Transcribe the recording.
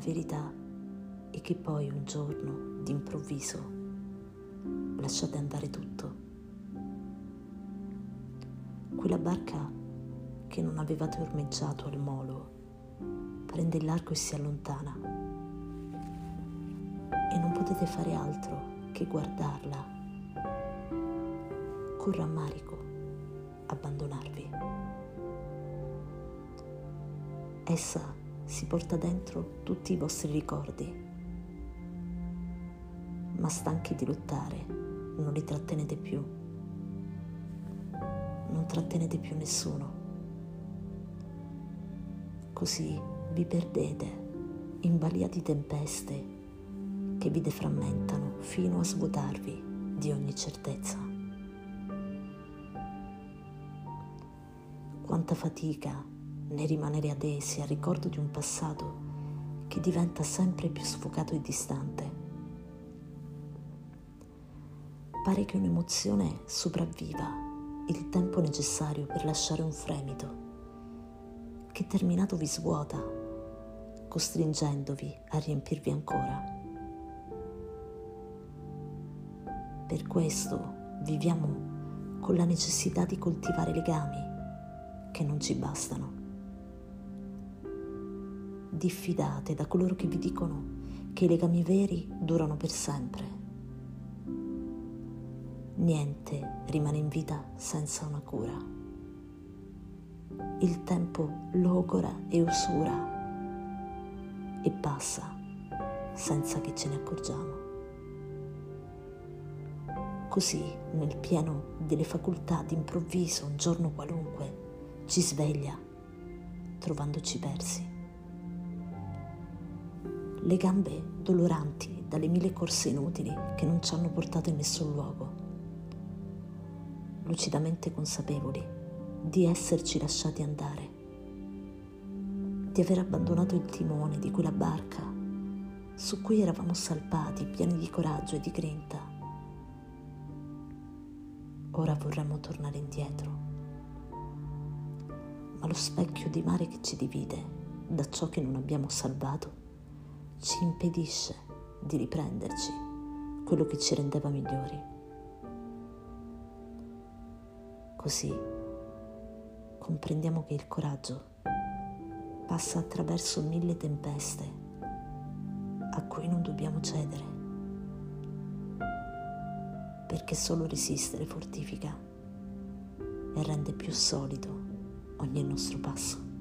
verità è che poi un giorno, d'improvviso, lasciate andare tutto. Quella barca che non avevate ormeggiato al molo prende il largo e si allontana e non potete fare altro che guardarla con rammarico abbandonarvi. Essa si porta dentro tutti i vostri ricordi, ma stanchi di lottare non li trattenete più. Non trattenete più nessuno. Così vi perdete in balia di tempeste che vi deframmentano fino a svuotarvi di ogni certezza. Quanta fatica nel rimanere adesi al ricordo di un passato che diventa sempre più sfocato e distante. Pare che un'emozione sopravviva il tempo necessario per lasciare un fremito che terminato vi svuota, costringendovi a riempirvi ancora. Per questo viviamo con la necessità di coltivare legami che non ci bastano. Diffidate da coloro che vi dicono che i legami veri durano per sempre. Niente rimane in vita senza una cura. Il tempo logora e usura e passa senza che ce ne accorgiamo. Così, nel pieno delle facoltà, d'improvviso, un giorno qualunque, ci sveglia, trovandoci persi. Le gambe doloranti dalle 1000 corse inutili che non ci hanno portato in nessun luogo. Lucidamente consapevoli di esserci lasciati andare, di aver abbandonato il timone di quella barca su cui eravamo salpati, pieni di coraggio e di grinta. Ora vorremmo tornare indietro, ma lo specchio di mare che ci divide da ciò che non abbiamo salvato ci impedisce di riprenderci quello che ci rendeva migliori. Così comprendiamo che il coraggio passa attraverso 1000 tempeste a cui non dobbiamo cedere, perché solo resistere fortifica e rende più solido ogni nostro passo.